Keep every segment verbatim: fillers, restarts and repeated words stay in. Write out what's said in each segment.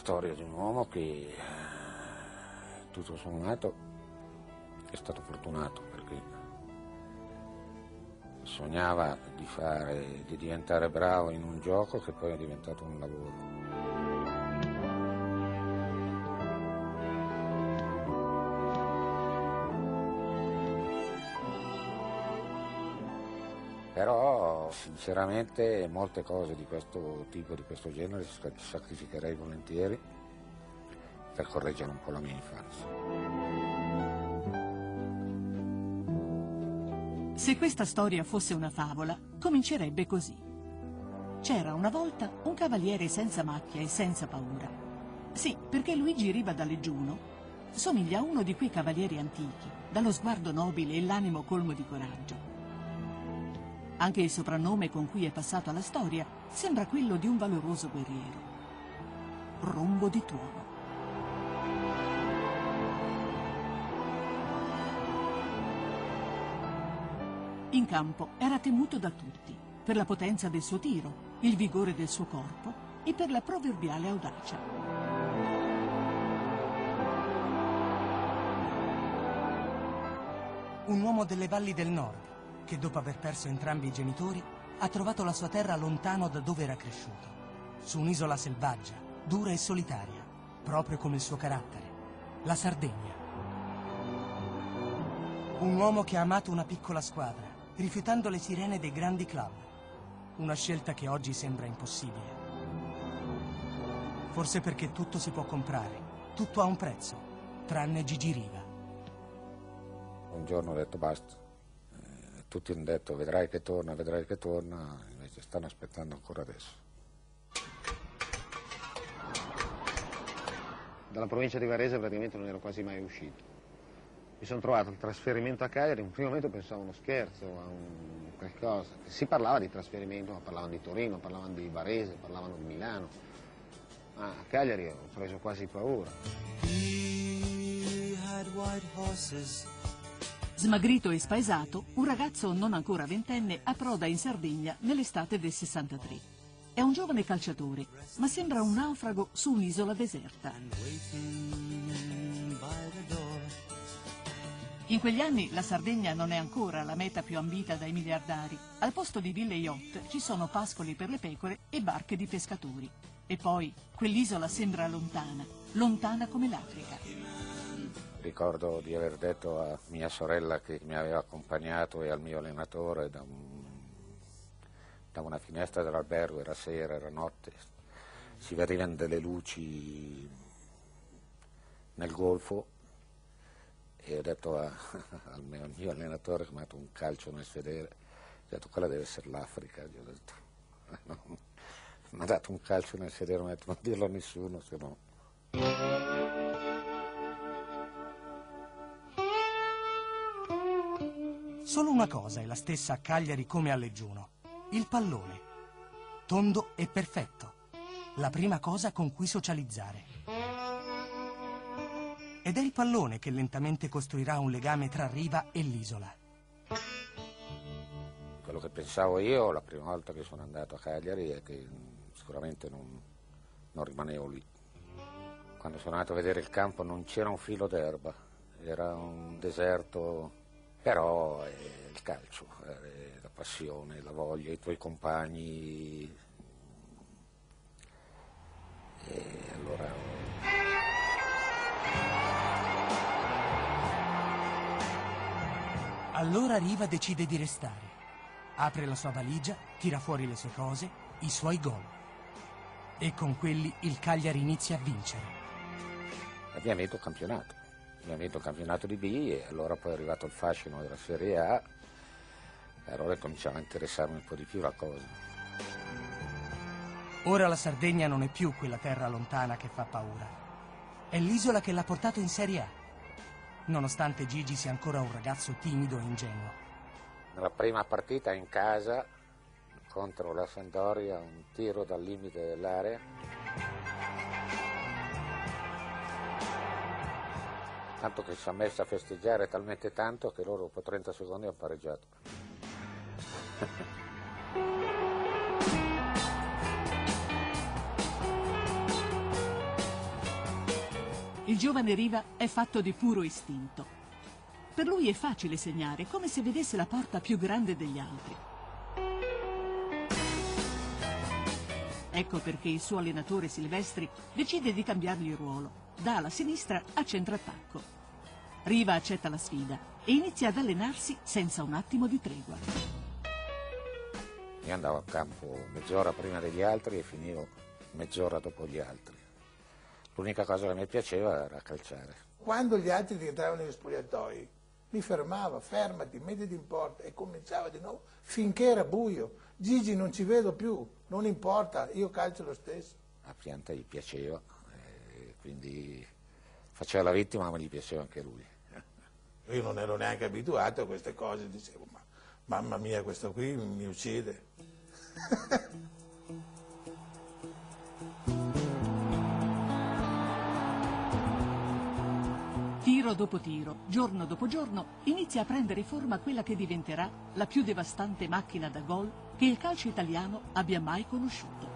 storia di un uomo che tutto sommato è stato fortunato, perché sognava di fare, di diventare bravo in un gioco che poi è diventato un lavoro. Però sinceramente molte cose di questo tipo, di questo genere, sacrificherei volentieri per correggere un po' la mia infanzia. Se questa storia fosse una favola, comincerebbe così. C'era una volta un cavaliere senza macchia e senza paura. Sì, perché Luigi Riva da Leggiuno somiglia a uno di quei cavalieri antichi, dallo sguardo nobile e l'animo colmo di coraggio. Anche il soprannome con cui è passato alla storia sembra quello di un valoroso guerriero. Rombo di Tuono. In campo era temuto da tutti, per la potenza del suo tiro, il vigore del suo corpo e per la proverbiale audacia. Un uomo delle valli del nord, che dopo aver perso entrambi i genitori ha trovato la sua terra lontano da dove era cresciuto, su un'isola selvaggia, dura e solitaria, proprio come il suo carattere, la Sardegna. Un uomo che ha amato una piccola squadra, rifiutando le sirene dei grandi club, una scelta che oggi sembra impossibile. Forse perché tutto si può comprare, tutto ha un prezzo, tranne Gigi Riva. Un giorno ho detto basta. Tutti hanno detto vedrai che torna, vedrai che torna, invece stanno aspettando ancora adesso. Dalla provincia di Varese praticamente non ero quasi mai uscito. Mi sono trovato il trasferimento a Cagliari, in un primo momento pensavo a uno scherzo, a un qualcosa. Si parlava di trasferimento, ma parlavano di Torino, parlavano di Varese, parlavano di Milano. Ma a Cagliari ho preso quasi paura. He had white horses. Smagrito e spaesato, un ragazzo non ancora ventenne approda in Sardegna nell'estate del sessantatré. È un giovane calciatore, ma sembra un naufrago su un'isola deserta. In quegli anni la Sardegna non è ancora la meta più ambita dai miliardari. Al posto di ville yacht ci sono pascoli per le pecore e barche di pescatori. E poi quell'isola sembra lontana, lontana come l'Africa. Ricordo di aver detto a mia sorella che mi aveva accompagnato e al mio allenatore da, un, da una finestra dell'albergo, era sera, era notte, si vedevano delle luci nel golfo e ho detto a, al, mio, al mio allenatore che mi ha dato un calcio nel sedere, ho detto quella deve essere l'Africa, gli ho detto, no, mi ha dato un calcio nel sedere, mi ha detto non dirlo a nessuno, se no... Solo una cosa è la stessa a Cagliari come a Leggiuno, il pallone. Tondo e perfetto, la prima cosa con cui socializzare. Ed è il pallone che lentamente costruirà un legame tra Riva e l'isola. Quello che pensavo io la prima volta che sono andato a Cagliari è che sicuramente non, non rimanevo lì. Quando sono andato a vedere il campo non c'era un filo d'erba, era un deserto. Però è il calcio, è la passione, la voglia, i tuoi compagni. E allora... Allora Riva decide di restare. Apre la sua valigia, tira fuori le sue cose, i suoi gol. E con quelli il Cagliari inizia a vincere. Abbiamo vinto il campionato. Abbiamo vinto il campionato di B e allora poi è arrivato il fascino della Serie A e allora cominciava a interessarmi un po' di più la cosa. Ora la Sardegna non è più quella terra lontana che fa paura. È l'isola che l'ha portato in Serie A, nonostante Gigi sia ancora un ragazzo timido e ingenuo. Nella prima partita in casa contro la Sampdoria, un tiro dal limite dell'area. Tanto che si è messa a festeggiare talmente tanto che loro dopo trenta secondi hanno pareggiato. Il giovane Riva è fatto di puro istinto. Per lui è facile segnare, come se vedesse la porta più grande degli altri. Ecco perché il suo allenatore Silvestri decide di cambiargli il ruolo, da ala sinistra a centrattacco. Riva accetta la sfida e inizia ad allenarsi senza un attimo di tregua. Io andavo a campo mezz'ora prima degli altri e finivo mezz'ora dopo gli altri. L'unica cosa che mi piaceva era calciare. Quando gli altri rientravano negli spogliatoi, mi fermava, fermati, mettiti in porta, e cominciava di nuovo finché era buio. Gigi, non ci vedo più, non importa, io calcio lo stesso. La pianta gli piaceva, eh, quindi faceva la vittima, ma gli piaceva anche lui. Io non ero neanche abituato a queste cose, dicevo, ma mamma mia, questo qui mi uccide. Tiro dopo tiro, giorno dopo giorno, inizia a prendere forma quella che diventerà la più devastante macchina da gol che il calcio italiano abbia mai conosciuto.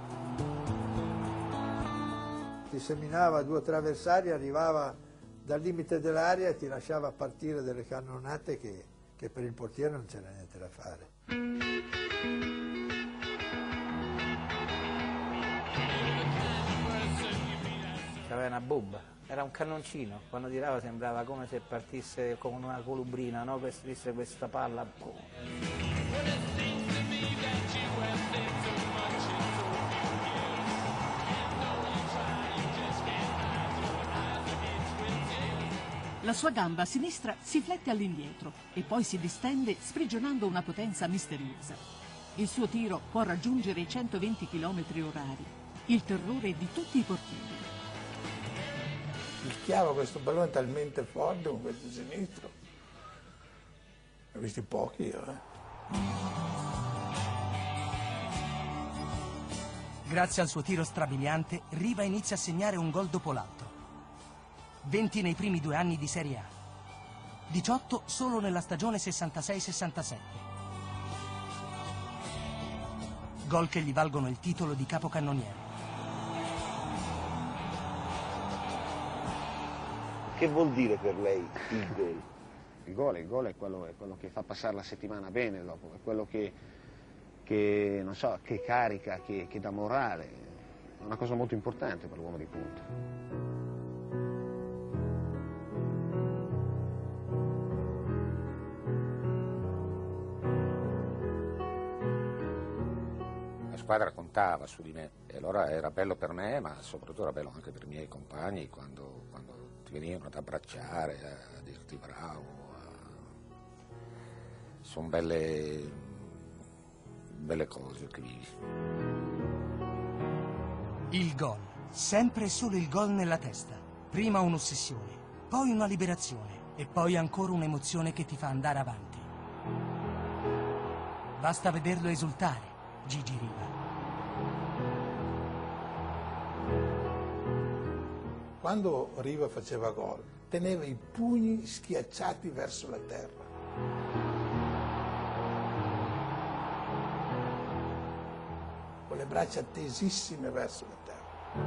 Ti seminava due o tre avversari, arrivava dal limite dell'area e ti lasciava partire delle cannonate che, che per il portiere non c'era niente da fare. Aveva una bomba. Era un cannoncino, quando tirava sembrava come se partisse con una colubrina, no? Che stesse questa palla. La sua gamba sinistra si flette all'indietro e poi si distende sprigionando una potenza misteriosa. Il suo tiro può raggiungere i centoventi chilometri orari, il terrore di tutti i portieri. Fischiava questo pallone talmente forte con questo sinistro. Ne ho visti pochi io, eh. Grazie al suo tiro strabiliante, Riva inizia a segnare un gol dopo l'altro. venti nei primi due anni di Serie A. diciotto solo nella stagione sessantasei sessantasette. Gol che gli valgono il titolo di capocannoniere. Che vuol dire per lei il gol? Il gol, il gol è, quello, è quello che fa passare la settimana bene dopo, è quello che, che, non so, che carica, che, che dà morale. È una cosa molto importante per l'uomo di punta. La squadra contava su di me e allora era bello per me, ma soprattutto era bello anche per i miei compagni quando, quando ti venivano ad abbracciare, a dirti bravo. A... Sono belle, belle cose che vivi. Il gol, sempre e solo il gol nella testa. Prima un'ossessione, poi una liberazione e poi ancora un'emozione che ti fa andare avanti. Basta vederlo esultare, Gigi Riva. Quando Riva faceva gol, teneva i pugni schiacciati verso la terra. Con le braccia tesissime verso la terra.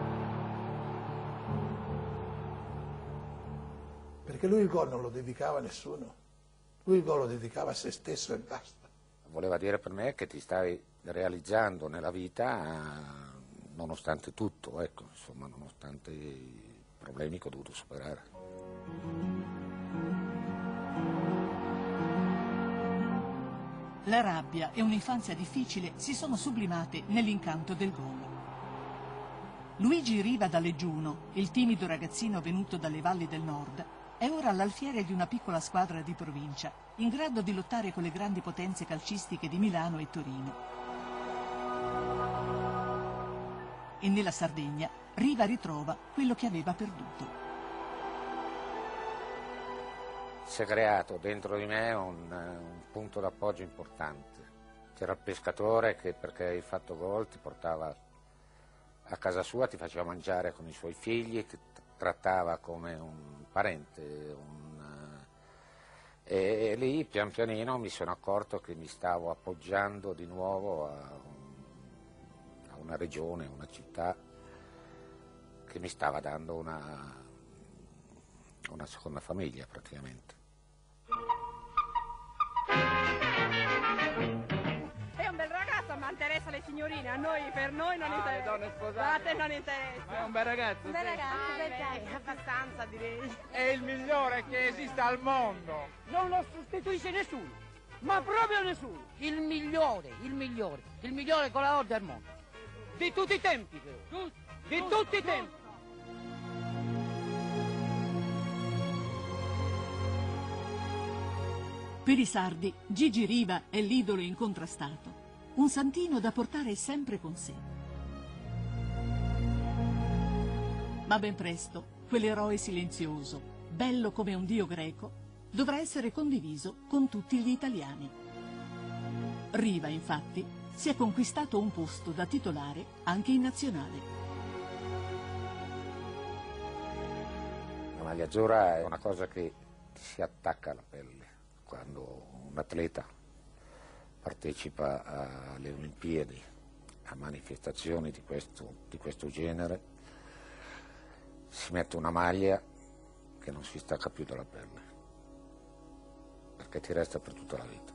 Perché lui il gol non lo dedicava a nessuno. Lui il gol lo dedicava a se stesso e basta. Voleva dire per me che ti stavi realizzando nella vita nonostante tutto, ecco, insomma, nonostante i problemi che ho dovuto superare. La rabbia e un'infanzia difficile si sono sublimate nell'incanto del gol. Luigi Riva da Leggiuno, il timido ragazzino venuto dalle valli del nord, è ora l'alfiere di una piccola squadra di provincia, in grado di lottare con le grandi potenze calcistiche di Milano e Torino. E nella Sardegna Riva ritrova quello che aveva perduto. Si è creato dentro di me un, un punto d'appoggio importante. C'era il pescatore che, perché hai fatto gol, ti portava a casa sua, ti faceva mangiare con i suoi figli, ti trattava come un parente. Un, e, e lì pian pianino mi sono accorto che mi stavo appoggiando di nuovo a, a una regione, una città che mi stava dando una, una seconda famiglia praticamente. È un bel ragazzo, ma interessa le signorine, a noi, per noi non ah, interessa. Le donne sposate. A te non interessa. Ma è un bel ragazzo. Un bel sì. ragazzo, ah, beh, beh, abbastanza direi. È il migliore che esista al mondo. Non lo sostituisce nessuno, ma proprio nessuno. Il migliore, il migliore, il migliore con la O del mondo. Di tutti i tempi, però. Di tutti i tempi. Per i sardi, Gigi Riva è l'idolo incontrastato, un santino da portare sempre con sé. Ma ben presto, quell'eroe silenzioso, bello come un dio greco, dovrà essere condiviso con tutti gli italiani. Riva, infatti, si è conquistato un posto da titolare anche in nazionale. La maglia azzurra è una cosa che ti si attacca alla pelle. Quando un atleta partecipa alle Olimpiadi, a manifestazioni di questo, di questo genere, si mette una maglia che non si stacca più dalla pelle, perché ti resta per tutta la vita.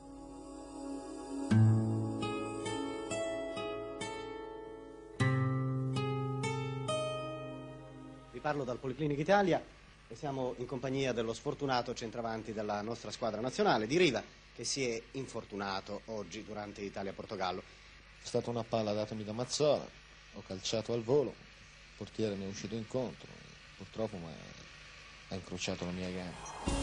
Vi parlo dal Policlinic Italia. E siamo in compagnia dello sfortunato centravanti della nostra squadra nazionale, di Riva, che si è infortunato oggi durante Italia-Portogallo. È stata una palla datami da Mazzola, ho calciato al volo, il portiere mi è uscito incontro, purtroppo ma ha incrociato la mia gamba.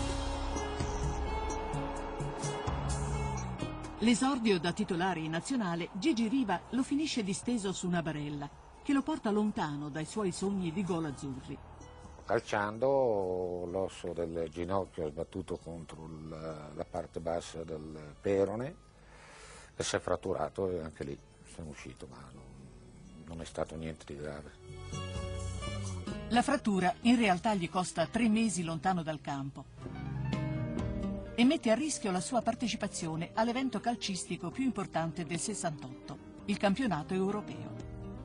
L'esordio da titolare in nazionale, Gigi Riva lo finisce disteso su una barella, che lo porta lontano dai suoi sogni di gol azzurri. Calciando, l'osso del ginocchio è sbattuto contro la, la parte bassa del perone e si è fratturato e anche lì sono uscito, ma non, non è stato niente di grave. La frattura in realtà gli costa tre mesi lontano dal campo e mette a rischio la sua partecipazione all'evento calcistico più importante del sessantotto, il campionato europeo.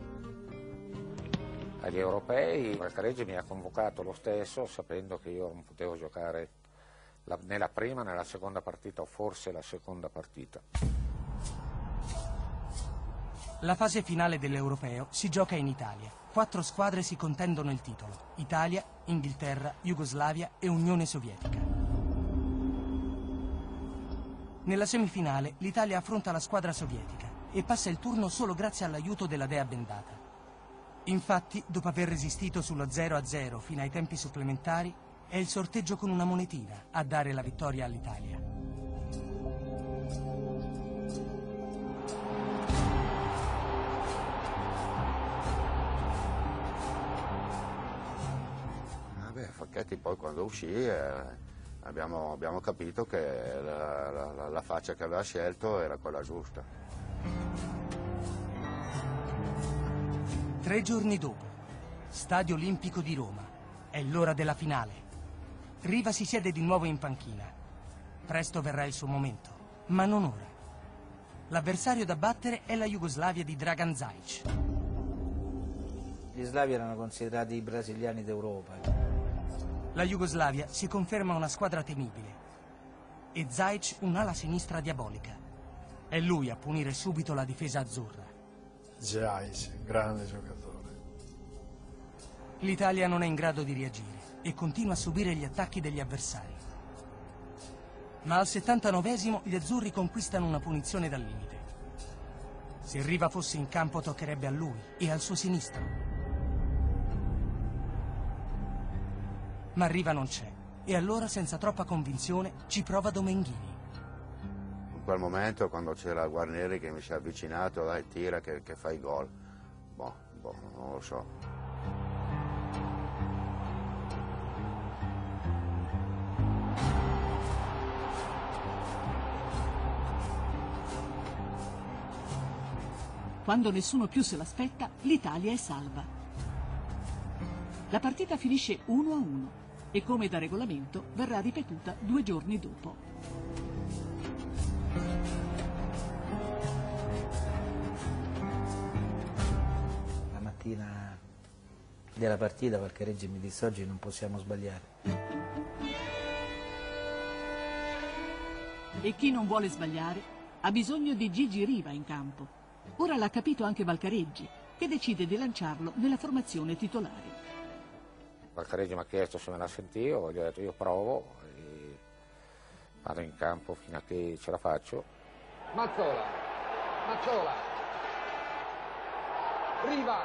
Agli europei Valcareggi mi ha convocato lo stesso, sapendo che io non potevo giocare la, né la prima né la seconda partita, o forse la seconda partita. La fase finale dell'Europeo si gioca in Italia. Quattro squadre si contendono il titolo: Italia, Inghilterra, Jugoslavia e Unione Sovietica. Nella semifinale l'Italia affronta la squadra sovietica e passa il turno solo grazie all'aiuto della dea bendata. Infatti, dopo aver resistito sullo zero a zero fino ai tempi supplementari, è il sorteggio con una monetina a dare la vittoria all'Italia. Ah beh, Facchetti poi quando uscì eh, abbiamo, abbiamo capito che la, la, la faccia che aveva scelto era quella giusta. Tre giorni dopo, Stadio Olimpico di Roma. È l'ora della finale. Riva si siede di nuovo in panchina. Presto verrà il suo momento, ma non ora. L'avversario da battere è la Jugoslavia di Dragan Zajic. Gli slavi erano considerati i brasiliani d'Europa. La Jugoslavia si conferma una squadra temibile e Zajic un'ala sinistra diabolica. È lui a punire subito la difesa azzurra. Zajic, grande giocatore. L'Italia non è in grado di reagire e continua a subire gli attacchi degli avversari. Ma al settantanovesimo gli azzurri conquistano una punizione dal limite. Se Riva fosse in campo toccherebbe a lui e al suo sinistro. Ma Riva non c'è e allora senza troppa convinzione ci prova Domenghini. In quel momento quando c'era Guarneri che mi si è avvicinato, dai tira che, che fai gol. Boh, boh, non lo so. Quando nessuno più se l'aspetta, l'Italia è salva. La partita finisce uno a uno e, come da regolamento, verrà ripetuta due giorni dopo. La mattina della partita Valcareggi mi disse: oggi non possiamo sbagliare. E chi non vuole sbagliare ha bisogno di Gigi Riva in campo. Ora l'ha capito anche Valcareggi, che decide di lanciarlo nella formazione titolare. Valcareggi mi ha chiesto se me la sentivo, gli ho detto io provo e vado in campo fino a che ce la faccio. Mazzola, Mazzola, Riva.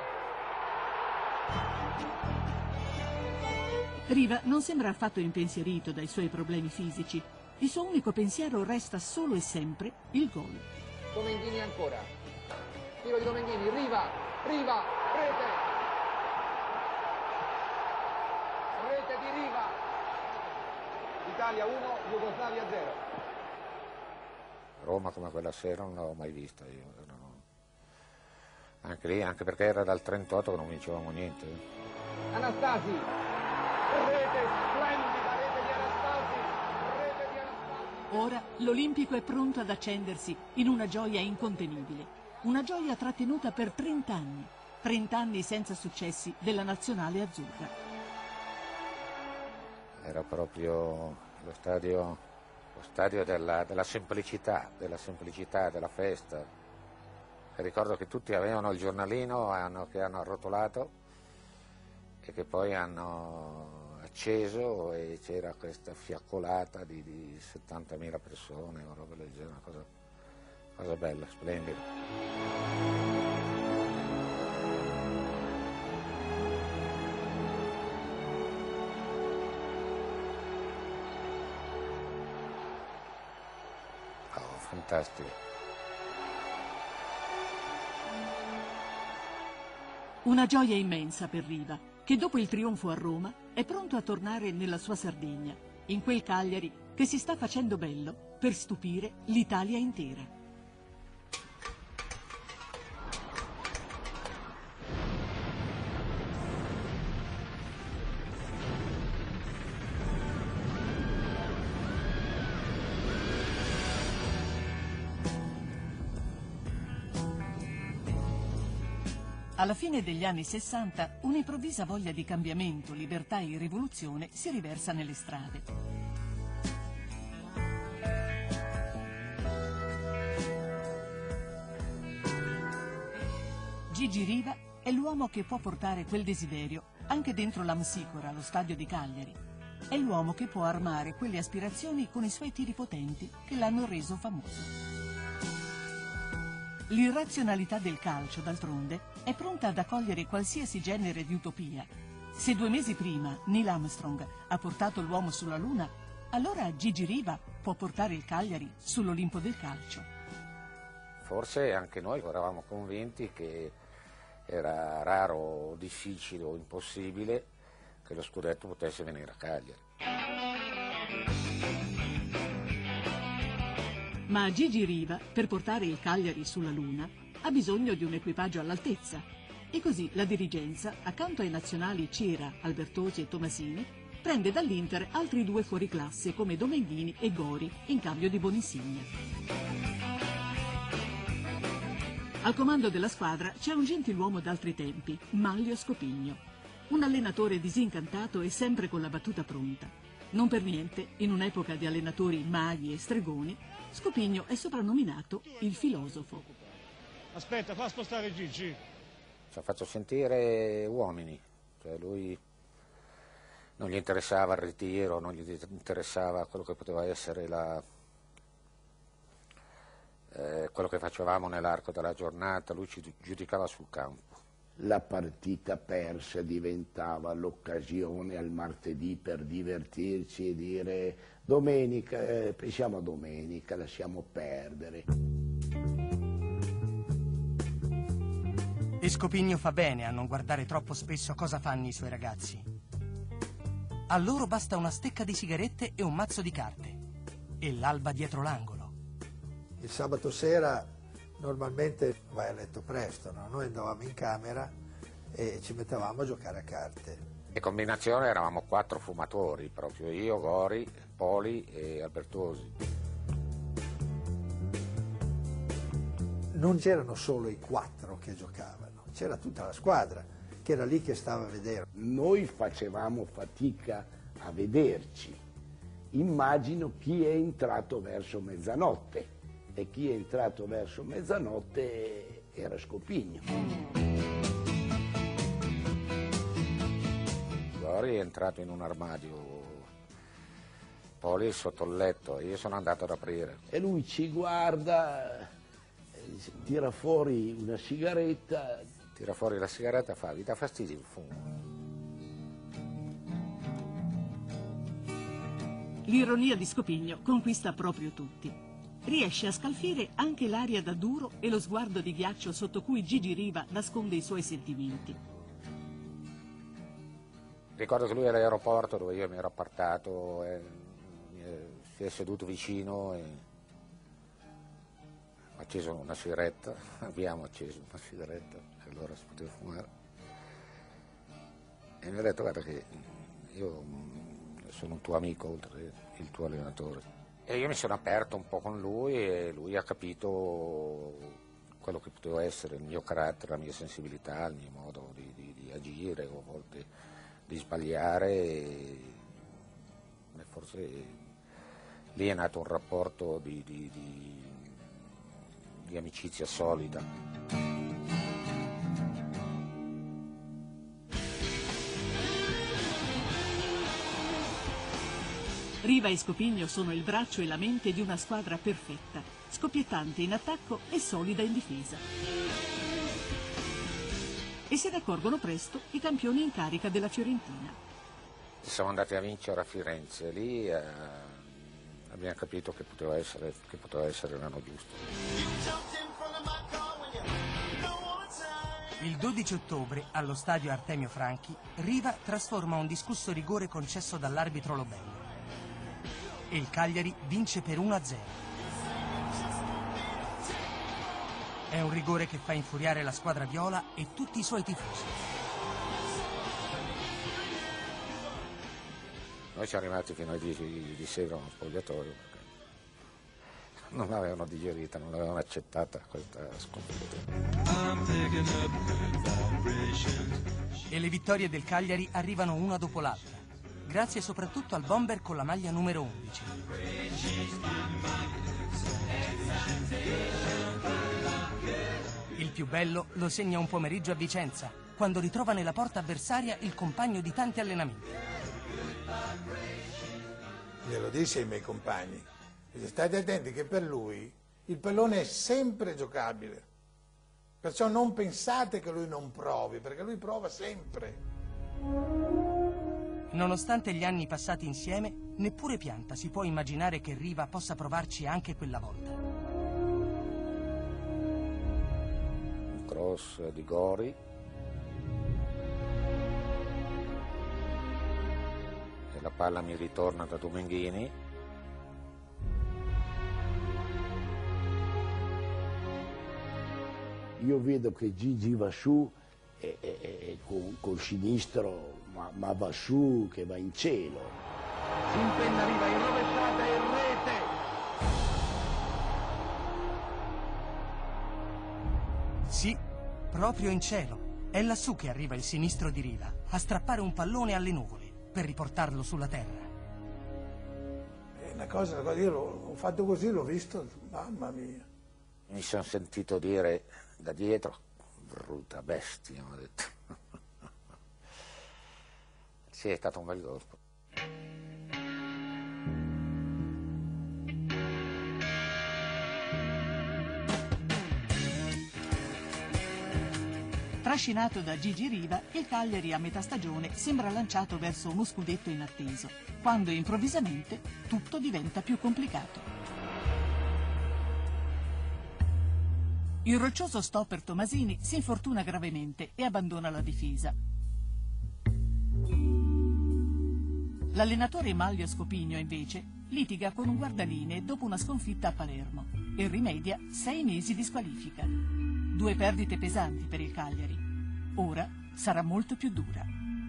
Riva non sembra affatto impensierito dai suoi problemi fisici. Il suo unico pensiero resta solo e sempre il gol. Domenghini ancora. Tiro di Domenghini, Riva, Riva, rete. Rete di Riva. Italia uno, Jugoslavia zero. Roma come quella sera non l'avevo mai vista io. No. Anche lì, anche perché era dal trentotto che non vincevamo niente. Anastasi. Rete splendida, rete di Anastasi. Rete di Anastasi. Ora l'Olimpico è pronto ad accendersi in una gioia incontenibile. Una gioia trattenuta per trenta anni. trenta anni senza successi della nazionale azzurra. Era proprio lo stadio, lo stadio della, della semplicità, della semplicità, della festa. E ricordo che tutti avevano il giornalino hanno, che hanno arrotolato e che poi hanno acceso e c'era questa fiaccolata di, di settantamila persone o roba del genere, una cosa, cosa bella, splendida. Fantastico. Una gioia immensa per Riva, che dopo il trionfo a Roma è pronto a tornare nella sua Sardegna, in quel Cagliari che si sta facendo bello per stupire l'Italia intera. Alla fine degli anni sessanta, un'improvvisa voglia di cambiamento, libertà e rivoluzione si riversa nelle strade. Gigi Riva è l'uomo che può portare quel desiderio anche dentro l'Amsicora, lo stadio di Cagliari. È l'uomo che può armare quelle aspirazioni con i suoi tiri potenti che l'hanno reso famoso. L'irrazionalità del calcio, d'altronde, è pronta ad accogliere qualsiasi genere di utopia. Se due mesi prima Neil Armstrong ha portato l'uomo sulla Luna, allora Gigi Riva può portare il Cagliari sull'Olimpo del calcio. Forse anche noi eravamo convinti che era raro o difficile o impossibile che lo scudetto potesse venire a Cagliari. Ma Gigi Riva, per portare il Cagliari sulla Luna, ha bisogno di un equipaggio all'altezza. E così la dirigenza, accanto ai nazionali Cera, Albertosi e Tomasini, prende dall'Inter altri due fuoriclasse come Domenghini e Gori in cambio di Bonisiglia. Al comando della squadra c'è un gentiluomo d'altri tempi, Manlio Scopigno. Un allenatore disincantato e sempre con la battuta pronta. Non per niente, in un'epoca di allenatori maghi e stregoni, Scopigno è soprannominato il filosofo. Aspetta, fa spostare Gigi. Ci ha fatto sentire uomini, cioè lui non gli interessava il ritiro, non gli interessava quello che poteva essere la, eh, quello che facevamo nell'arco della giornata, lui ci giudicava sul campo. La partita persa diventava l'occasione al martedì per divertirci e dire domenica, eh, pensiamo a domenica, lasciamo perdere. E Scopigno fa bene a non guardare troppo spesso cosa fanno i suoi ragazzi. A loro basta una stecca di sigarette e un mazzo di carte. E l'alba dietro l'angolo. Il sabato sera normalmente vai a letto presto, no? Noi andavamo in camera e ci mettevamo a giocare a carte. In combinazione eravamo quattro fumatori, proprio io, Gori, Poli e Albertosi. Non c'erano solo i quattro che giocavano, c'era tutta la squadra. che era lì che stava a vedere. Noi facevamo fatica a vederci. Immagino chi è entrato verso mezzanotte, e chi è entrato verso mezzanotte era Scopigno. Gori è entrato in un armadio, poi sotto il letto, e io sono andato ad aprire. E lui ci guarda, tira fuori una sigaretta. Tira fuori la sigaretta e fa: vi dà fastidio il fumo? L'ironia di Scopigno conquista proprio tutti. Riesce a scalfire anche l'aria da duro e lo sguardo di ghiaccio sotto cui Gigi Riva nasconde i suoi sentimenti. Ricordo che lui era all'aeroporto dove io mi ero appartato, e si è seduto vicino e ha acceso una sigaretta, abbiamo acceso una sigaretta, e allora si poteva fumare. E mi ha detto: guarda che io sono un tuo amico oltre il tuo allenatore. E io mi sono aperto un po' con lui e lui ha capito quello che poteva essere il mio carattere, la mia sensibilità, il mio modo di, di, di agire, o a volte di sbagliare. E forse lì è nato un rapporto di, di, di, di amicizia solida. Riva e Scopigno sono il braccio e la mente di una squadra perfetta, scoppiettante in attacco e solida in difesa. E se ne accorgono presto i campioni in carica della Fiorentina. Siamo andati a vincere a Firenze, lì eh, abbiamo capito che poteva essere, che poteva essere l'anno giusto. Il dodici ottobre, allo stadio Artemio Franchi, Riva trasforma un discusso rigore concesso dall'arbitro Lobello. E il Cagliari vince per uno a zero. È un rigore che fa infuriare la squadra viola e tutti i suoi tifosi. Noi siamo rimasti fino alle dieci di sera allo spogliatoio perché non l'avevano digerita, non l'avevano accettata questa sconfitta. E le vittorie del Cagliari arrivano una dopo l'altra, grazie soprattutto al bomber con la maglia numero undici. Il più bello lo segna un pomeriggio a Vicenza, quando ritrova nella porta avversaria il compagno di tanti allenamenti. Glielo disse ai miei compagni: state attenti che per lui il pallone è sempre giocabile, perciò non pensate che lui non provi, perché lui prova sempre. Nonostante gli anni passati insieme, neppure Pianta si può immaginare che Riva possa provarci anche quella volta. Un cross di Gori e la palla mi ritorna da Domenghini. Io vedo che Gigi va su e, e, e con, col sinistro, ma, ma va su che va in cielo. Si impenna Riva in rovesciata e rete. Sì, proprio in cielo. È lassù che arriva il sinistro di Riva, a strappare un pallone alle nuvole per riportarlo sulla terra. È una cosa, una cosa io l'ho, ho fatto così, l'ho visto, mamma mia. Mi sono sentito dire da dietro: brutta bestia, mi ha detto. Sì, è stato un bel colpo. Trascinato da Gigi Riva, il Cagliari a metà stagione sembra lanciato verso uno scudetto inatteso, quando improvvisamente tutto diventa più complicato. Il roccioso stopper Tomasini si infortuna gravemente e abbandona la difesa. L'allenatore Manlio Scopigno, invece, litiga con un guardalinee dopo una sconfitta a Palermo e rimedia sei mesi di squalifica. Due perdite pesanti per il Cagliari. Ora sarà molto più dura.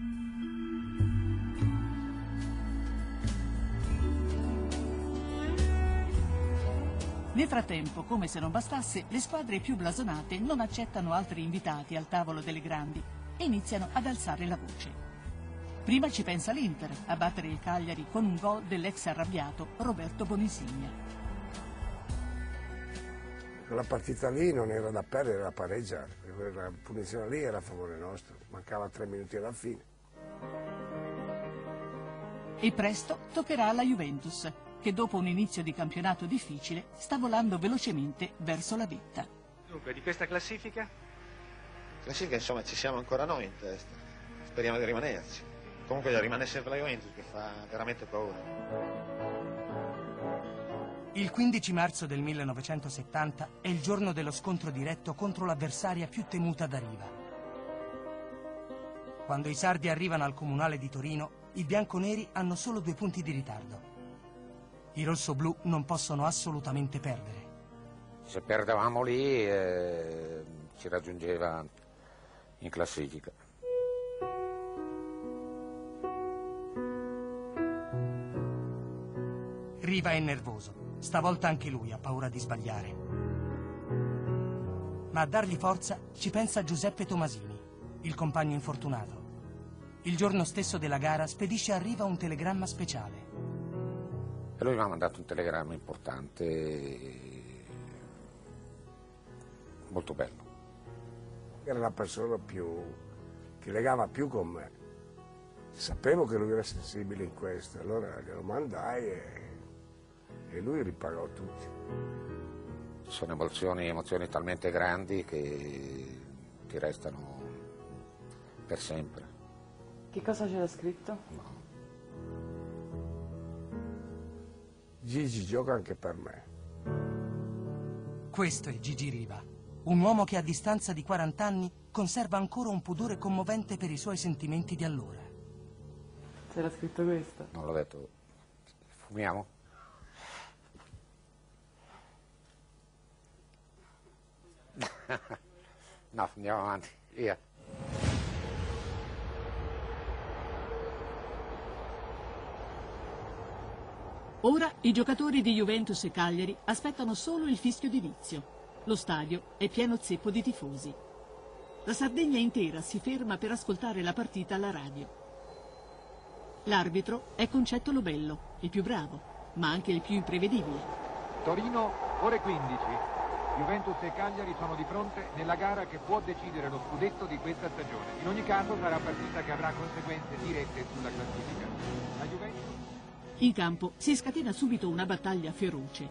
Nel frattempo, come se non bastasse, le squadre più blasonate non accettano altri invitati al tavolo delle grandi e iniziano ad alzare la voce. Prima ci pensa l'Inter a battere il Cagliari con un gol dell'ex arrabbiato Roberto Boninsigna. Quella partita lì non era da perdere, era da pareggiare. La punizione lì era a favore nostro, mancava tre minuti alla fine. E presto toccherà alla Juventus, che dopo un inizio di campionato difficile sta volando velocemente verso la vetta. Dunque, di questa classifica? Classifica, insomma, ci siamo ancora noi in testa. Speriamo di rimanerci. Comunque rimane sempre la Juventus, che fa veramente paura. Il quindici marzo del millenovecentosettanta è il giorno dello scontro diretto contro l'avversaria più temuta da Riva. Quando i sardi arrivano al Comunale di Torino, i bianconeri hanno solo due punti di ritardo. I rossoblù non possono assolutamente perdere. Se perdevamo lì eh, ci raggiungeva in classifica. Riva è nervoso. Stavolta anche lui ha paura di sbagliare. Ma a dargli forza ci pensa Giuseppe Tomasini, il compagno infortunato. Il giorno stesso della gara spedisce a Riva un telegramma speciale. E lui mi ha mandato un telegramma importante, molto bello. Era la persona più che legava più con me. Sapevo che lui era sensibile in questo, allora glielo mandai e, e lui ripagò tutti. Sono emozioni, emozioni talmente grandi che ti restano per sempre. Che cosa c'era scritto? No. Gigi gioca anche per me. Questo è Gigi Riva, un uomo che a distanza di quaranta anni conserva ancora un pudore commovente per i suoi sentimenti di allora. C'era scritto questo? Non l'ho detto. Fumiamo? No, andiamo avanti, via. Ora i giocatori di Juventus e Cagliari aspettano solo il fischio d'inizio. Lo stadio è pieno zeppo di tifosi. La Sardegna intera si ferma per ascoltare la partita alla radio. L'arbitro è Concetto Lobello, il più bravo, ma anche il più imprevedibile. Torino, ore quindici. Juventus e Cagliari sono di fronte nella gara che può decidere lo scudetto di questa stagione. In ogni caso sarà partita che avrà conseguenze dirette sulla classifica. La Juventus... In campo si scatena subito una battaglia feroce.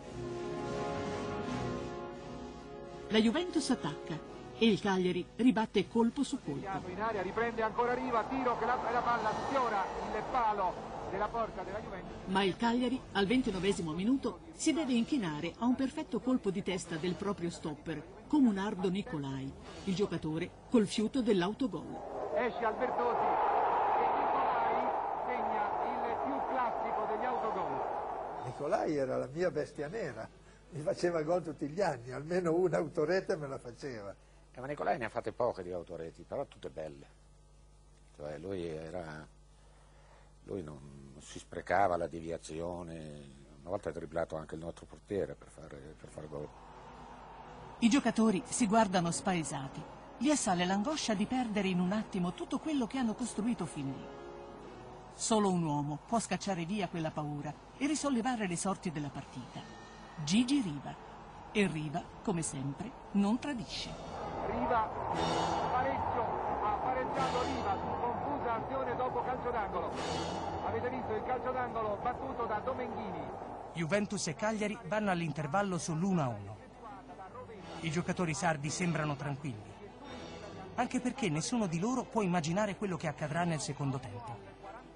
La Juventus attacca e il Cagliari ribatte colpo su colpo. In aria riprende ancora Riva, tiro che la, la palla sfiora il palo della porta della Juventus. Ma il Cagliari al ventinovesimo minuto si deve inchinare a un perfetto colpo di testa del proprio stopper, Comunardo Nicolai, il giocatore col fiuto dell'autogol. Esce Albertosi e Nicolai segna il più classico degli autogol. Nicolai era la mia bestia nera, mi faceva gol tutti gli anni, almeno una autorete me la faceva. Eh, ma Nicolai ne ha fatte poche di autoreti, però tutte belle. Cioè lui era... lui non si sprecava la deviazione, una volta ha dribblato anche il nostro portiere per fare, per fare gol. I giocatori si guardano spaesati, gli assale l'angoscia di perdere in un attimo tutto quello che hanno costruito fin lì. Solo un uomo può scacciare via quella paura e risollevare le sorti della partita. Gigi Riva. E Riva, come sempre, non tradisce. Riva, pareggio, ha pareggiato Riva su confusa azione dopo calcio d'angolo. Avete visto il calcio d'angolo battuto da Domenghini. Juventus e Cagliari vanno all'intervallo sull'uno a uno. I giocatori sardi sembrano tranquilli, anche perché nessuno di loro può immaginare quello che accadrà nel secondo tempo.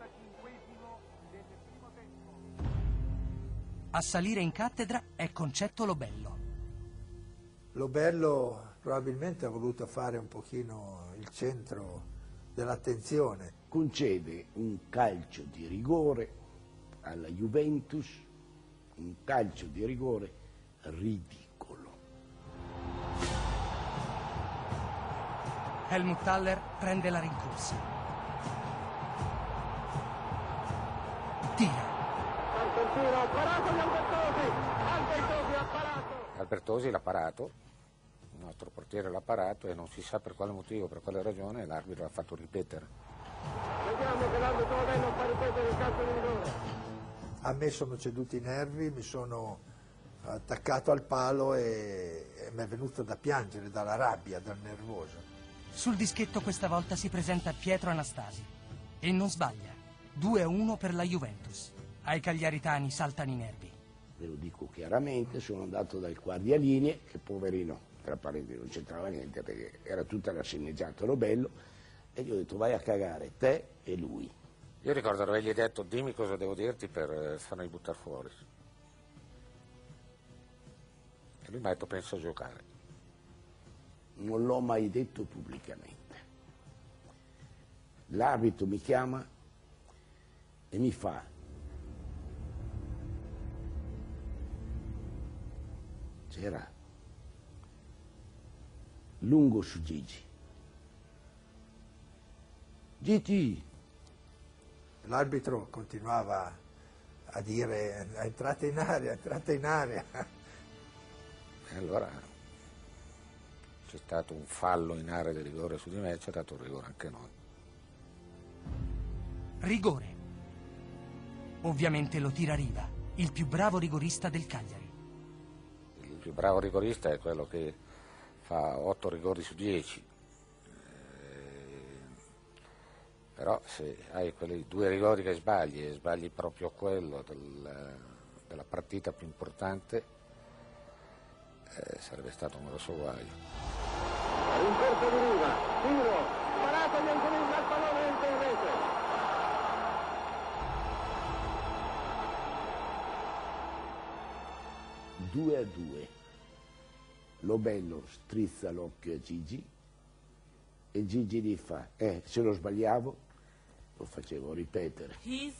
A salire in cattedra è Concetto Lobello. Lobello probabilmente ha voluto fare un pochino il centro dell'attenzione. Concede un calcio di rigore alla Juventus, un calcio di rigore ridicolo. Helmut Haller prende la rincorsa. Tira. Albertosi l'ha parato, nostro portiere l'ha parato e non si sa per quale motivo, per quale ragione, l'arbitro l'ha fatto ripetere. Vediamo che l'arbitro non fa ripetere il calcio di rigore. A me sono ceduti i nervi, mi sono attaccato al palo e, e mi è venuto da piangere, dalla rabbia, dal nervoso. Sul dischetto questa volta si presenta Pietro Anastasi e non sbaglia. due a uno per la Juventus. Ai cagliaritani saltano i nervi. Ve lo dico chiaramente, sono andato dal guardialinee, che poverino, tra parentesi non c'entrava niente perché era tutta la sceneggiata Robello, e gli ho detto vai a cagare te e lui. Io ricordo di avergli detto dimmi cosa devo dirti per farmi buttare fuori. E lui mi ha detto pensa a giocare. Non l'ho mai detto pubblicamente. L'arbitro mi chiama e mi fa: c'era lungo su Gigi. Gigi! L'arbitro continuava a dire entrate in area, entrate in area. E allora c'è stato un fallo in area di rigore su di me, c'è dato il rigore anche noi. Rigore. Ovviamente lo tira Riva, il più bravo rigorista del Cagliari. Il più bravo rigorista è quello che fa otto rigori su dieci. Però se hai quei due rigori che sbagli e sbagli proprio quello del, della partita più importante, eh, sarebbe stato un grosso guaio. Rincorsa di Riva, tiro, parato di Angelina, il pallone entra in rete. due a due. Lobello strizza l'occhio a Gigi e Gigi gli fa, eh, se lo sbagliavo lo facevo ripetere.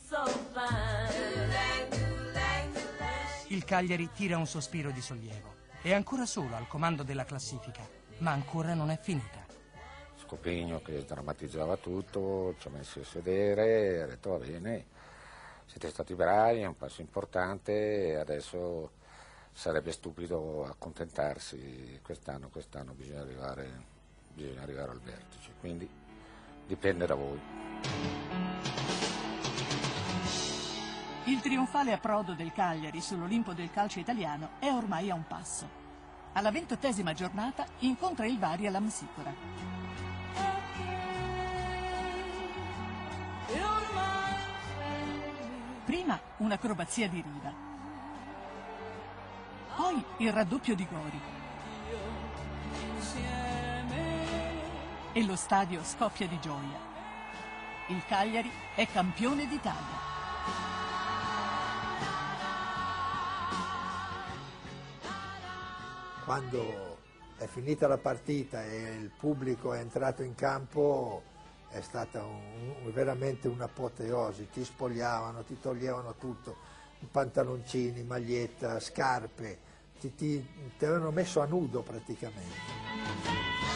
Il Cagliari tira un sospiro di sollievo. È ancora solo al comando della classifica, ma ancora non è finita. Scopigno che drammatizzava tutto, ci ha messo a sedere e ha detto va bene, siete stati bravi, è un passo importante e adesso sarebbe stupido accontentarsi, quest'anno, quest'anno bisogna arrivare, bisogna arrivare al vertice, quindi dipende da voi. Il trionfale approdo del Cagliari sull'Olimpo del calcio italiano è ormai a un passo. Alla ventottesima giornata incontra il Bari all'Amsicora. Prima un'acrobazia di Riva, poi il raddoppio di Gori e lo stadio scoppia di gioia. Il Cagliari è campione d'Italia. Quando è finita la partita e il pubblico è entrato in campo è stata un, un, veramente un'apoteosi, ti spogliavano, ti toglievano tutto, pantaloncini, maglietta, scarpe, ti, ti, ti avevano messo a nudo praticamente.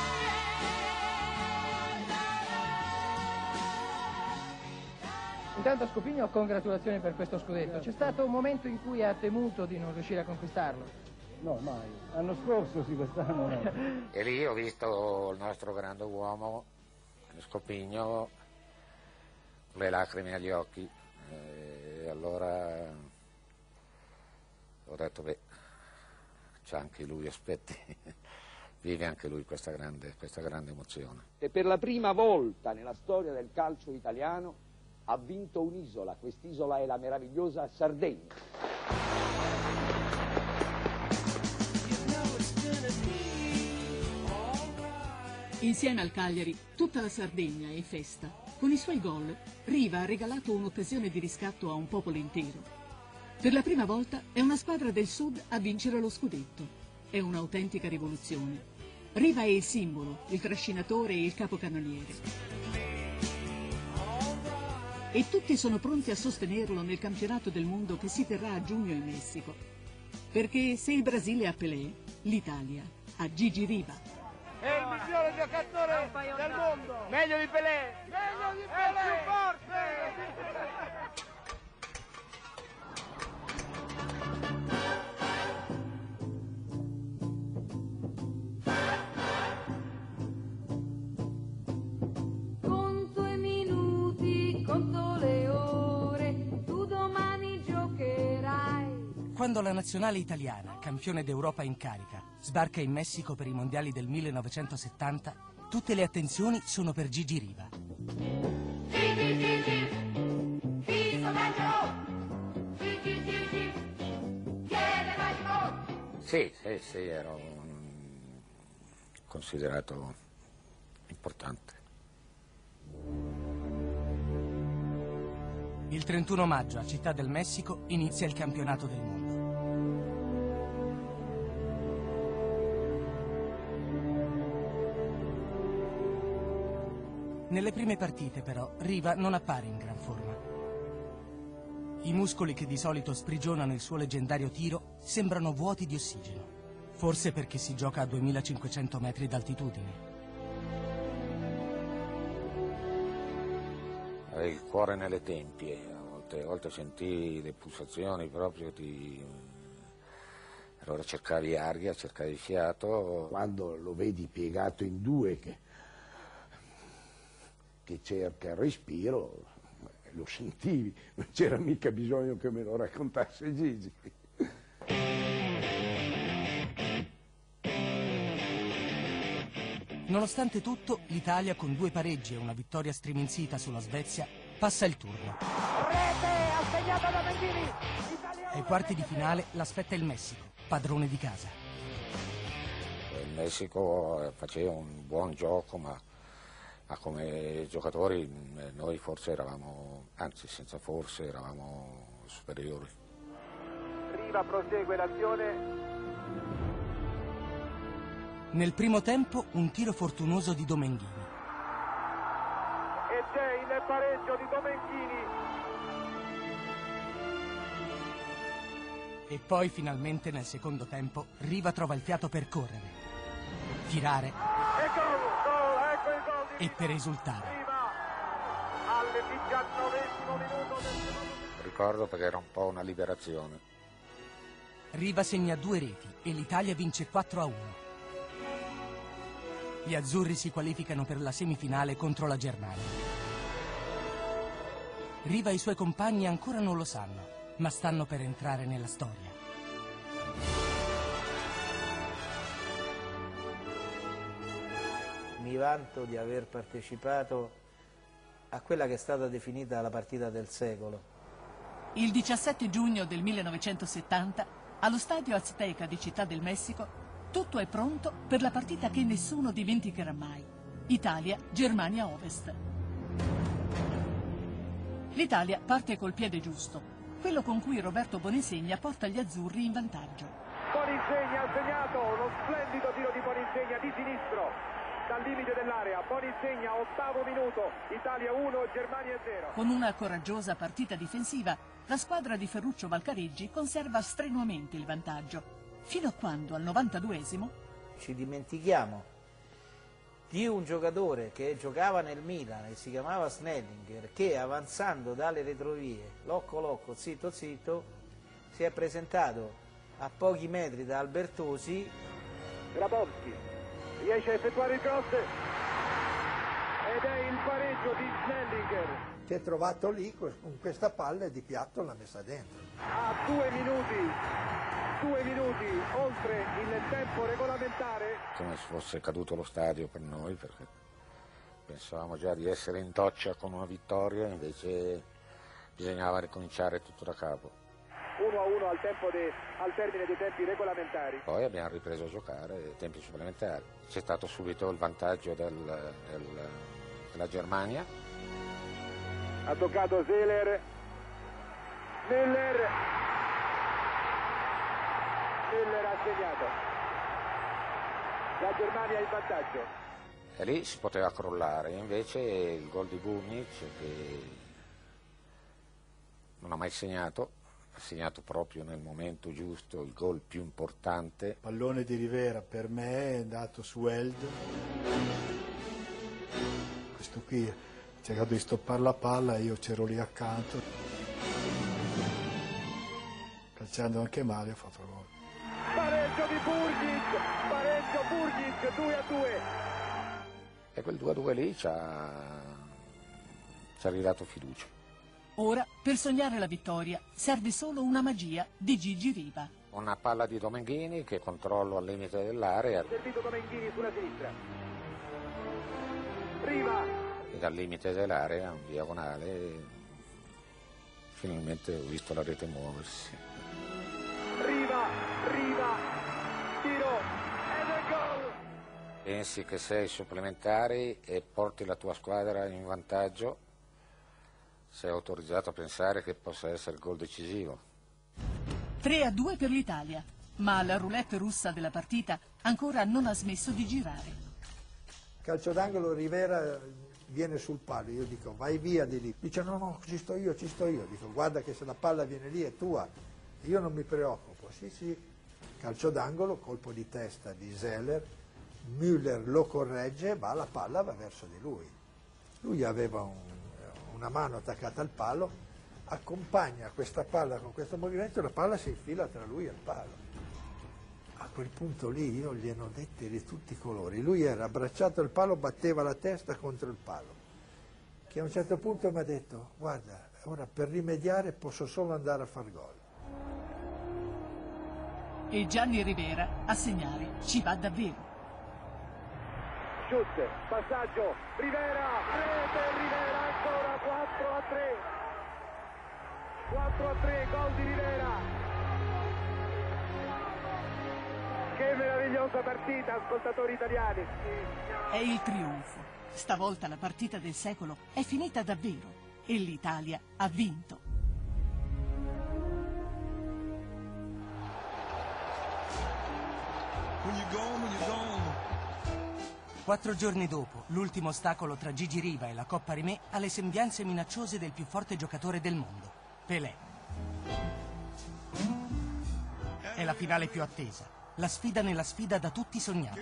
Intanto Scopigno, congratulazioni per questo scudetto. C'è stato un momento in cui ha temuto di non riuscire a conquistarlo? No, mai. L'anno scorso sì, quest'anno no. E lì ho visto il nostro grande uomo, Scopigno, con le lacrime agli occhi. E allora ho detto, beh, c'ha anche lui aspetti, vive anche lui questa grande, questa grande emozione. E per la prima volta nella storia del calcio italiano ha vinto un'isola, quest'isola è la meravigliosa Sardegna. Insieme al Cagliari, tutta la Sardegna è festa. Con i suoi gol, Riva ha regalato un'occasione di riscatto a un popolo intero. Per la prima volta è una squadra del Sud a vincere lo scudetto. È un'autentica rivoluzione. Riva è il simbolo, il trascinatore e il capocannoniere. E tutti sono pronti a sostenerlo nel campionato del mondo che si terrà a giugno in Messico. Perché se il Brasile ha Pelé, l'Italia ha Gigi Riva. È il migliore giocatore del mondo! Meglio di Pelé! Meglio di Pelé! È più forte! Quando la nazionale italiana, campione d'Europa in carica, sbarca in Messico per i mondiali del millenovecentosettanta, tutte le attenzioni sono per Gigi Riva. Sì, sì, sì, ero um, considerato importante. Il trentuno maggio a Città del Messico inizia il campionato del mondo. Nelle prime partite, però, Riva non appare in gran forma. I muscoli che di solito sprigionano il suo leggendario tiro sembrano vuoti di ossigeno. Forse perché si gioca a duemilacinquecento metri d'altitudine. Avevo il cuore nelle tempie, a volte, a volte sentii le pulsazioni proprio di... Allora cercavi aria, cercavi fiato. Quando lo vedi piegato in due che, che cerca il respiro, lo sentivi, non c'era mica bisogno che me lo raccontasse Gigi. Nonostante tutto, l'Italia, con due pareggi e una vittoria striminzita sulla Svezia, passa il turno. Rete, ha segnato Domengini! Ai quarti di finale l'aspetta il Messico, padrone di casa. Il Messico faceva un buon gioco, ma, ma come giocatori noi forse eravamo, anzi senza forse, eravamo superiori. Riva prosegue l'azione. Nel primo tempo un tiro fortunoso di Domenghini. E c'è il pareggio di Domenghini. E poi finalmente nel secondo tempo Riva trova il fiato per correre, tirare E gol, gol, ecco il gol di e per esultare. Riva al diciannovesimo minuto del secondo. Ricordo perché era un po' una liberazione. Riva segna due reti e l'Italia vince quattro a uno. Gli azzurri si qualificano per la semifinale contro la Germania. Riva e i suoi compagni ancora non lo sanno, ma stanno per entrare nella storia. Mi vanto di aver partecipato a quella che è stata definita la partita del secolo. Il diciassette giugno del millenovecentosettanta, allo stadio Azteca di Città del Messico, tutto è pronto per la partita che nessuno dimenticherà mai. Italia-Germania Ovest. L'Italia parte col piede giusto, quello con cui Roberto Boninsegna porta gli azzurri in vantaggio. Boninsegna ha segnato uno splendido tiro di Boninsegna di sinistro dal limite dell'area. Boninsegna, ottavo minuto, Italia uno, Germania zero. Con una coraggiosa partita difensiva, la squadra di Ferruccio Valcareggi conserva strenuamente il vantaggio, fino a quando al novantaduesimo ci dimentichiamo di un giocatore che giocava nel Milan e si chiamava Snellinger, che avanzando dalle retrovie, locco locco, zitto zitto, si è presentato a pochi metri da Albertosi. Grabowski riesce a effettuare il cross ed è il pareggio di Snellinger. Si è trovato lì con questa palla e di piatto l'ha messa dentro. A due minuti, due minuti oltre il tempo regolamentare. Come se fosse caduto lo stadio per noi, perché pensavamo già di essere in doccia con una vittoria, invece bisognava ricominciare tutto da capo. uno a uno al, tempo de, al termine dei tempi regolamentari. Poi abbiamo ripreso a giocare ai tempi supplementari. C'è stato subito il vantaggio del, del, della Germania. Ha toccato Seeler. Miller. Miller ha segnato. La Germania in vantaggio. E lì si poteva crollare, invece il gol di Bunic, che non ha mai segnato, ha segnato proprio nel momento giusto, il gol più importante. Il pallone di Rivera per me è andato su Held. Questo qui ha cercato di stoppare la palla, io c'ero lì accanto. Calciando anche male ha fatto il gol. Pareggio di Burgic, pareggio Burgic, due a due. E quel due a due lì ci ha, ci ha ridato fiducia. Ora, per sognare la vittoria, serve solo una magia di Gigi Riva. Una palla di Domenghini che controllo al limite dell'area. Servito Domenghini sulla sinistra. Riva. E dal limite dell'area, un diagonale, finalmente ho visto la rete muoversi. Riva, Riva, tiro, ed è gol! Pensi che sei supplementari e porti la tua squadra in vantaggio, sei autorizzato a pensare che possa essere il gol decisivo. tre a due per l'Italia, ma la roulette russa della partita ancora non ha smesso di girare. Calcio d'angolo, Rivera viene sul palo, io dico vai via di lì, dice no no ci sto io, ci sto io, dico guarda che se la palla viene lì è tua, io non mi preoccupo, sì sì, calcio d'angolo, colpo di testa di Zeller, Müller lo corregge, ma la palla va verso di lui, lui aveva un, una mano attaccata al palo, accompagna questa palla con questo movimento e la palla si infila tra lui e il palo. A quel punto lì io gliene ho detti di tutti i colori, lui era abbracciato al palo, batteva la testa contro il palo, che a un certo punto mi ha detto guarda, ora per rimediare posso solo andare a far gol. E Gianni Rivera a segnare ci va davvero. Shoot, passaggio, Rivera, rete Rivera, ancora quattro a tre. quattro a tre, gol di Rivera. Che meravigliosa partita, ascoltatori italiani. È il trionfo. Stavolta la partita del secolo è finita davvero e l'Italia ha vinto. Quattro giorni dopo, l'ultimo ostacolo tra Gigi Riva e la Coppa Rimè ha le sembianze minacciose del più forte giocatore del mondo, Pelé. È la finale più attesa, la sfida nella sfida da tutti sognata.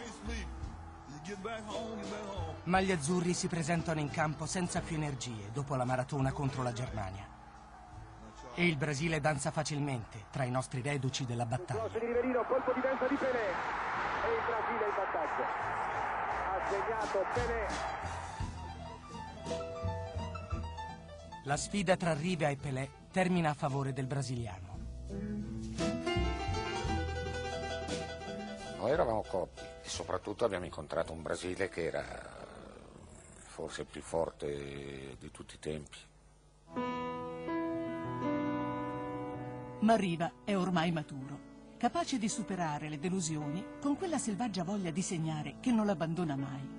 Ma gli azzurri si presentano in campo senza più energie dopo la maratona contro la Germania. E il Brasile danza facilmente tra i nostri reduci della battaglia. Di Riverino, colpo di testa di Pelé. E il Brasile in vantaggio. Ha segnato Pelé. La sfida tra Riva e Pelé termina a favore del brasiliano. Noi eravamo coppie e soprattutto abbiamo incontrato un Brasile che era forse il più forte di tutti i tempi. Ma Riva è ormai maturo, capace di superare le delusioni con quella selvaggia voglia di segnare che non l'abbandona mai.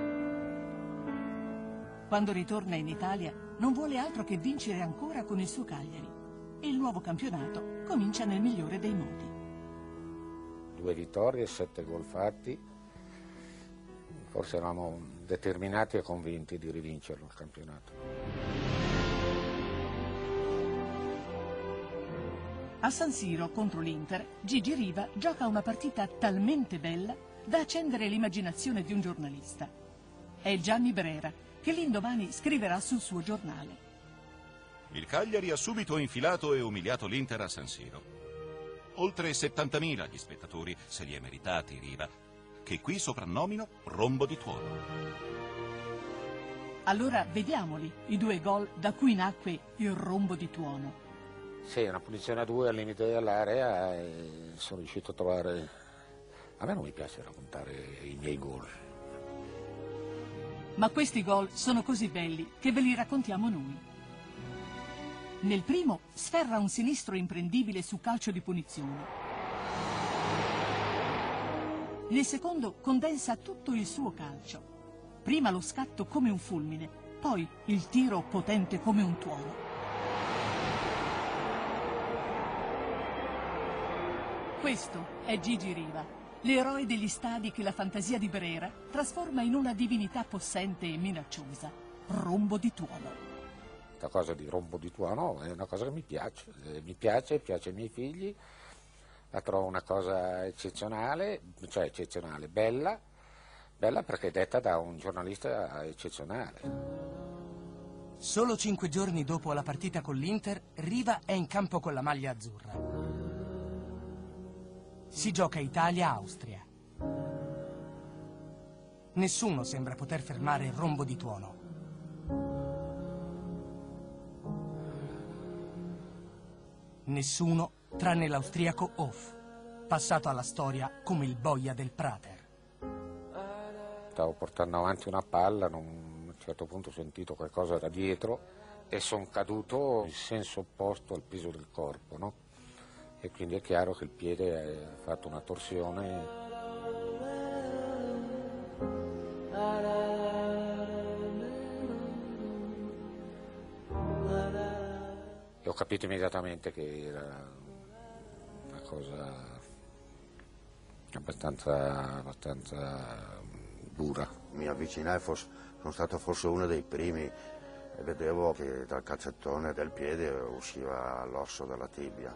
Quando ritorna in Italia non vuole altro che vincere ancora con il suo Cagliari e il nuovo campionato comincia nel migliore dei modi. Due vittorie e sette gol fatti, forse eravamo determinati e convinti di rivincerlo il campionato. A San Siro contro l'Inter, Gigi Riva gioca una partita talmente bella da accendere l'immaginazione di un giornalista. È Gianni Brera, che l'indomani scriverà sul suo giornale. Il Cagliari ha subito infilato e umiliato l'Inter a San Siro. Oltre settantamila gli spettatori se li è meritati Riva, che qui soprannomino Rombo di Tuono. Allora vediamoli, i due gol da cui nacque il Rombo di Tuono. Sì, una punizione a due al limite dell'area e sono riuscito a trovare... A me non mi piace raccontare i miei gol. Ma questi gol sono così belli che ve li raccontiamo noi. Nel primo sferra un sinistro imprendibile su calcio di punizione. Nel secondo condensa tutto il suo calcio. Prima lo scatto come un fulmine, poi il tiro potente come un tuono. Questo è Gigi Riva, l'eroe degli stadi che la fantasia di Brera trasforma in una divinità possente e minacciosa, Rombo di Tuono. Questa cosa di Rombo di Tuono è una cosa che mi piace, eh, mi piace, piace ai miei figli, la trovo una cosa eccezionale, cioè eccezionale, bella, bella perché è detta da un giornalista eccezionale. Solo cinque giorni dopo la partita con l'Inter, Riva è in campo con la maglia azzurra. Si gioca Italia-Austria. Nessuno sembra poter fermare il Rombo di Tuono. Nessuno tranne l'austriaco Hoff, passato alla storia come il boia del Prater. Stavo portando avanti una palla, non, a un certo punto ho sentito qualcosa da dietro e sono caduto in senso opposto al peso del corpo, no? E quindi è chiaro che il piede ha fatto una torsione. E ho capito immediatamente che era una cosa abbastanza, abbastanza dura. Mi avvicinai, forse, sono stato forse uno dei primi e vedevo che dal calzettone del piede usciva l'osso della tibia.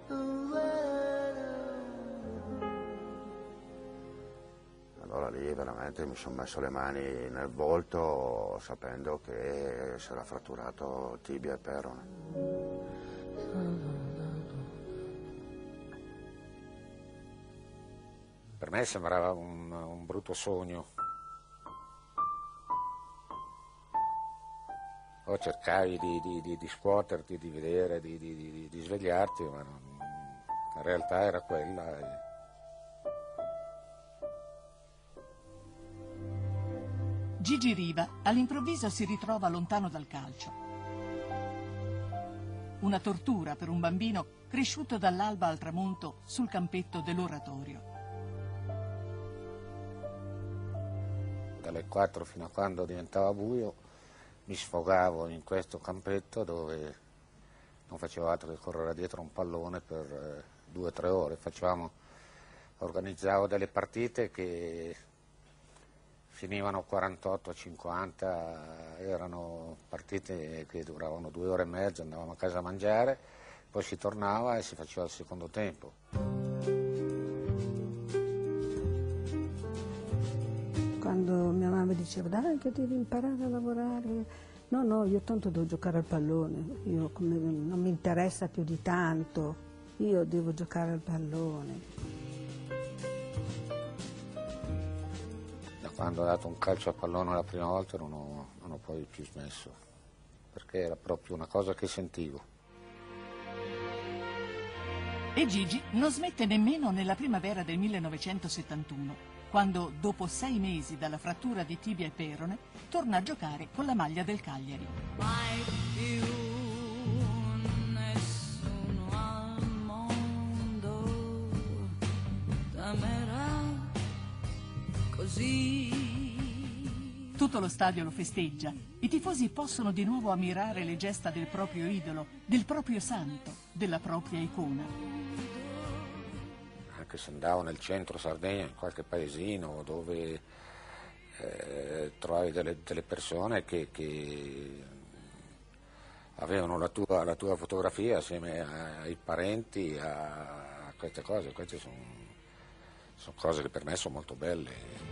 Allora lì veramente mi sono messo le mani nel volto sapendo che si era fratturato tibia e perone. Per me sembrava un, un brutto sogno. O cercavi di, di, di, di scuoterti, di vedere, di, di, di, di svegliarti, ma non, la realtà era quella. E... Gigi Riva all'improvviso si ritrova lontano dal calcio. Una tortura per un bambino cresciuto dall'alba al tramonto sul campetto dell'oratorio. Dalle quattro fino a quando diventava buio mi sfogavo in questo campetto dove non facevo altro che correre dietro un pallone per eh, due o tre ore. Facevamo, organizzavo delle partite che finivano quarantotto a cinquanta, erano partite che duravano due ore e mezza, andavamo a casa a mangiare, poi si tornava e si faceva il secondo tempo. Quando mia mamma diceva dai che devi imparare a lavorare, no no, io tanto devo giocare al pallone, io come, non mi interessa più di tanto, io devo giocare al pallone. Da quando ho dato un calcio a pallone la prima volta non ho, non ho poi più smesso, perché era proprio una cosa che sentivo. E Gigi non smette nemmeno nella primavera del millenovecentosettantuno, quando, dopo sei mesi dalla frattura di tibia e perone, torna a giocare con la maglia del Cagliari. Mai più nessuno al mondo t'amerà così. Tutto lo stadio lo festeggia. I tifosi possono di nuovo ammirare le gesta del proprio idolo, del proprio santo, della propria icona. Anche se andavo nel centro Sardegna, in qualche paesino dove eh, trovavi delle, delle persone che, che avevano la tua, la tua fotografia assieme ai parenti, a, a queste cose. Queste sono son cose che per me sono molto belle.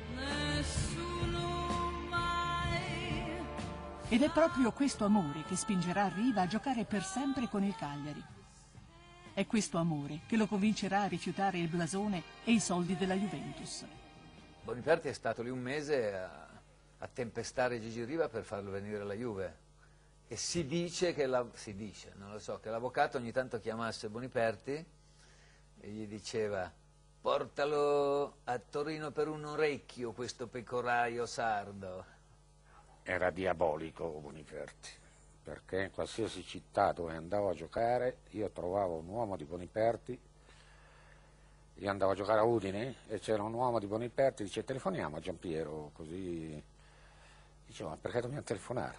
Ed è proprio questo amore che spingerà Riva a giocare per sempre con il Cagliari. È questo amore che lo convincerà a rifiutare il blasone e i soldi della Juventus. Boniperti è stato lì un mese a, a tempestare Gigi Riva per farlo venire alla Juve. E si dice che la, si dice, non lo so, che l'avvocato ogni tanto chiamasse Boniperti e gli diceva: portalo a Torino per un orecchio questo pecoraio sardo. Era diabolico Boniperti, perché in qualsiasi città dove andavo a giocare io trovavo un uomo di Boniperti. Io andavo a giocare a Udine e c'era un uomo di Boniperti, dice telefoniamo a Giampiero, così dicevo ma perché dobbiamo telefonare?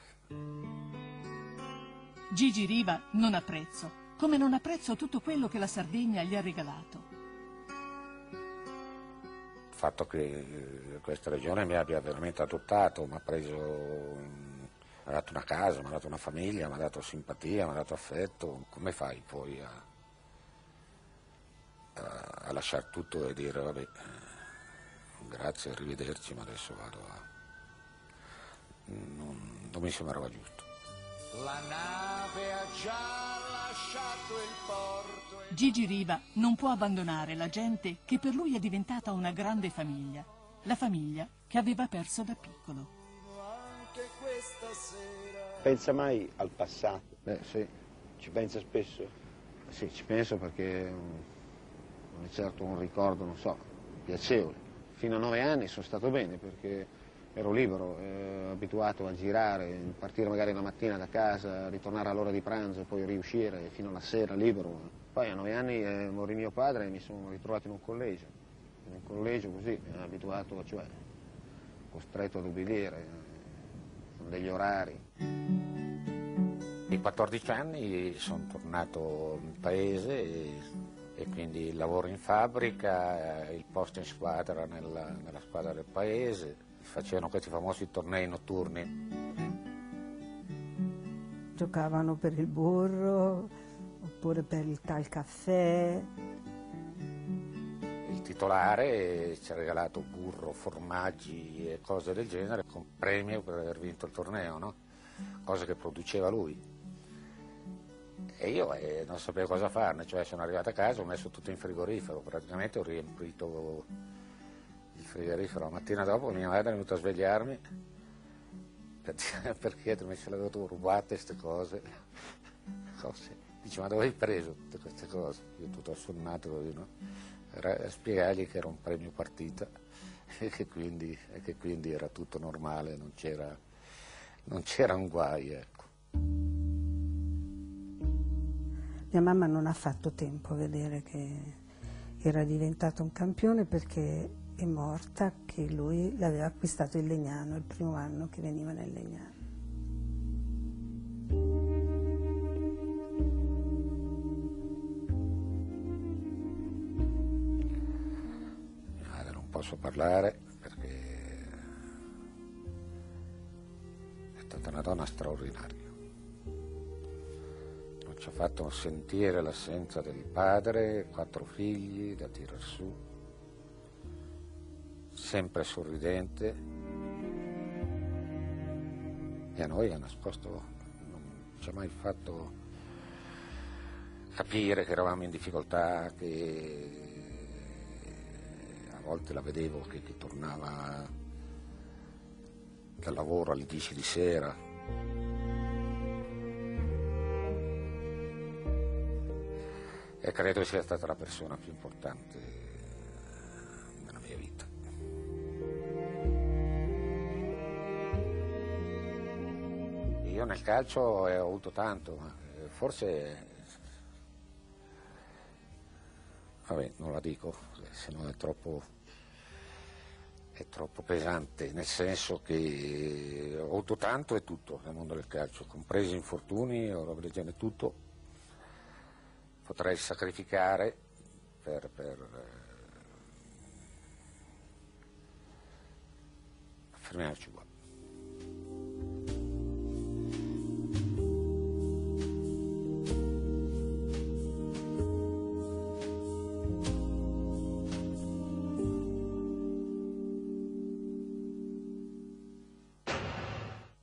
Gigi Riva non ha prezzo, come non ha prezzo tutto quello che la Sardegna gli ha regalato. Il fatto che questa regione mi abbia veramente adottato, mi ha preso, mi ha dato una casa, mi ha dato una famiglia, mi ha dato simpatia, mi ha dato affetto, come fai poi a, a, a lasciare tutto e dire vabbè, grazie, arrivederci, ma adesso vado a... Non, non mi sembrava giusto. La nave ha già lasciato il porto e... Gigi Riva non può abbandonare la gente che per lui è diventata una grande famiglia, la famiglia che aveva perso da piccolo. Anche questa sera... Pensa mai al passato? Beh, sì. Ci pensa spesso? Sì, ci penso perché non è certo un ricordo, non so, piacevole. Fino a nove anni sono stato bene perché ero libero, eh, abituato a girare, partire magari la mattina da casa, ritornare all'ora di pranzo e poi riuscire fino alla sera libero. Poi a nove anni eh, morì mio padre e mi sono ritrovato in un collegio. In un collegio così, mi ha abituato, cioè costretto ad ubbidire, eh, con degli orari. I quattordici anni sono tornato in paese e, e quindi il lavoro in fabbrica, il posto in squadra nella, nella squadra del paese, facevano questi famosi tornei notturni. Giocavano per il burro oppure per il tal caffè. Il titolare ci ha regalato burro, formaggi e cose del genere con premio per aver vinto il torneo, no? Cose che produceva lui. E io eh, non sapevo cosa farne, cioè sono arrivato a casa, ho messo tutto in frigorifero, praticamente ho riempito il frigorifero. La mattina dopo mia madre è venuta a svegliarmi per, per chiedermi se l'avevo rubate queste cose. cose. Dice, ma dove hai preso tutte queste cose? Io tutto assonnato così, no? Era, a spiegargli che era un premio partita e che quindi, e che quindi era tutto normale, non c'era non c'era un guai, ecco. Mia mamma non ha fatto tempo a vedere che era diventato un campione perché è morta che lui l'aveva acquistato il Legnano, il primo anno che veniva nel Legnano. Mia madre non posso parlare perché è stata una donna straordinaria. Ci ha fatto sentire l'assenza del padre, quattro figli da tirar su, sempre sorridente, e a noi ha nascosto, non ci ha mai fatto capire che eravamo in difficoltà, che a volte la vedevo che, che tornava dal lavoro alle dieci di sera. E credo sia stata la persona più importante nella mia vita. Io nel calcio ho avuto tanto, ma forse, vabbè, non la dico, se no è troppo, è troppo pesante, nel senso che ho avuto tanto e tutto nel mondo del calcio, compresi infortuni, roba del genere, tutto. Potrei sacrificare per, per fermarci qua.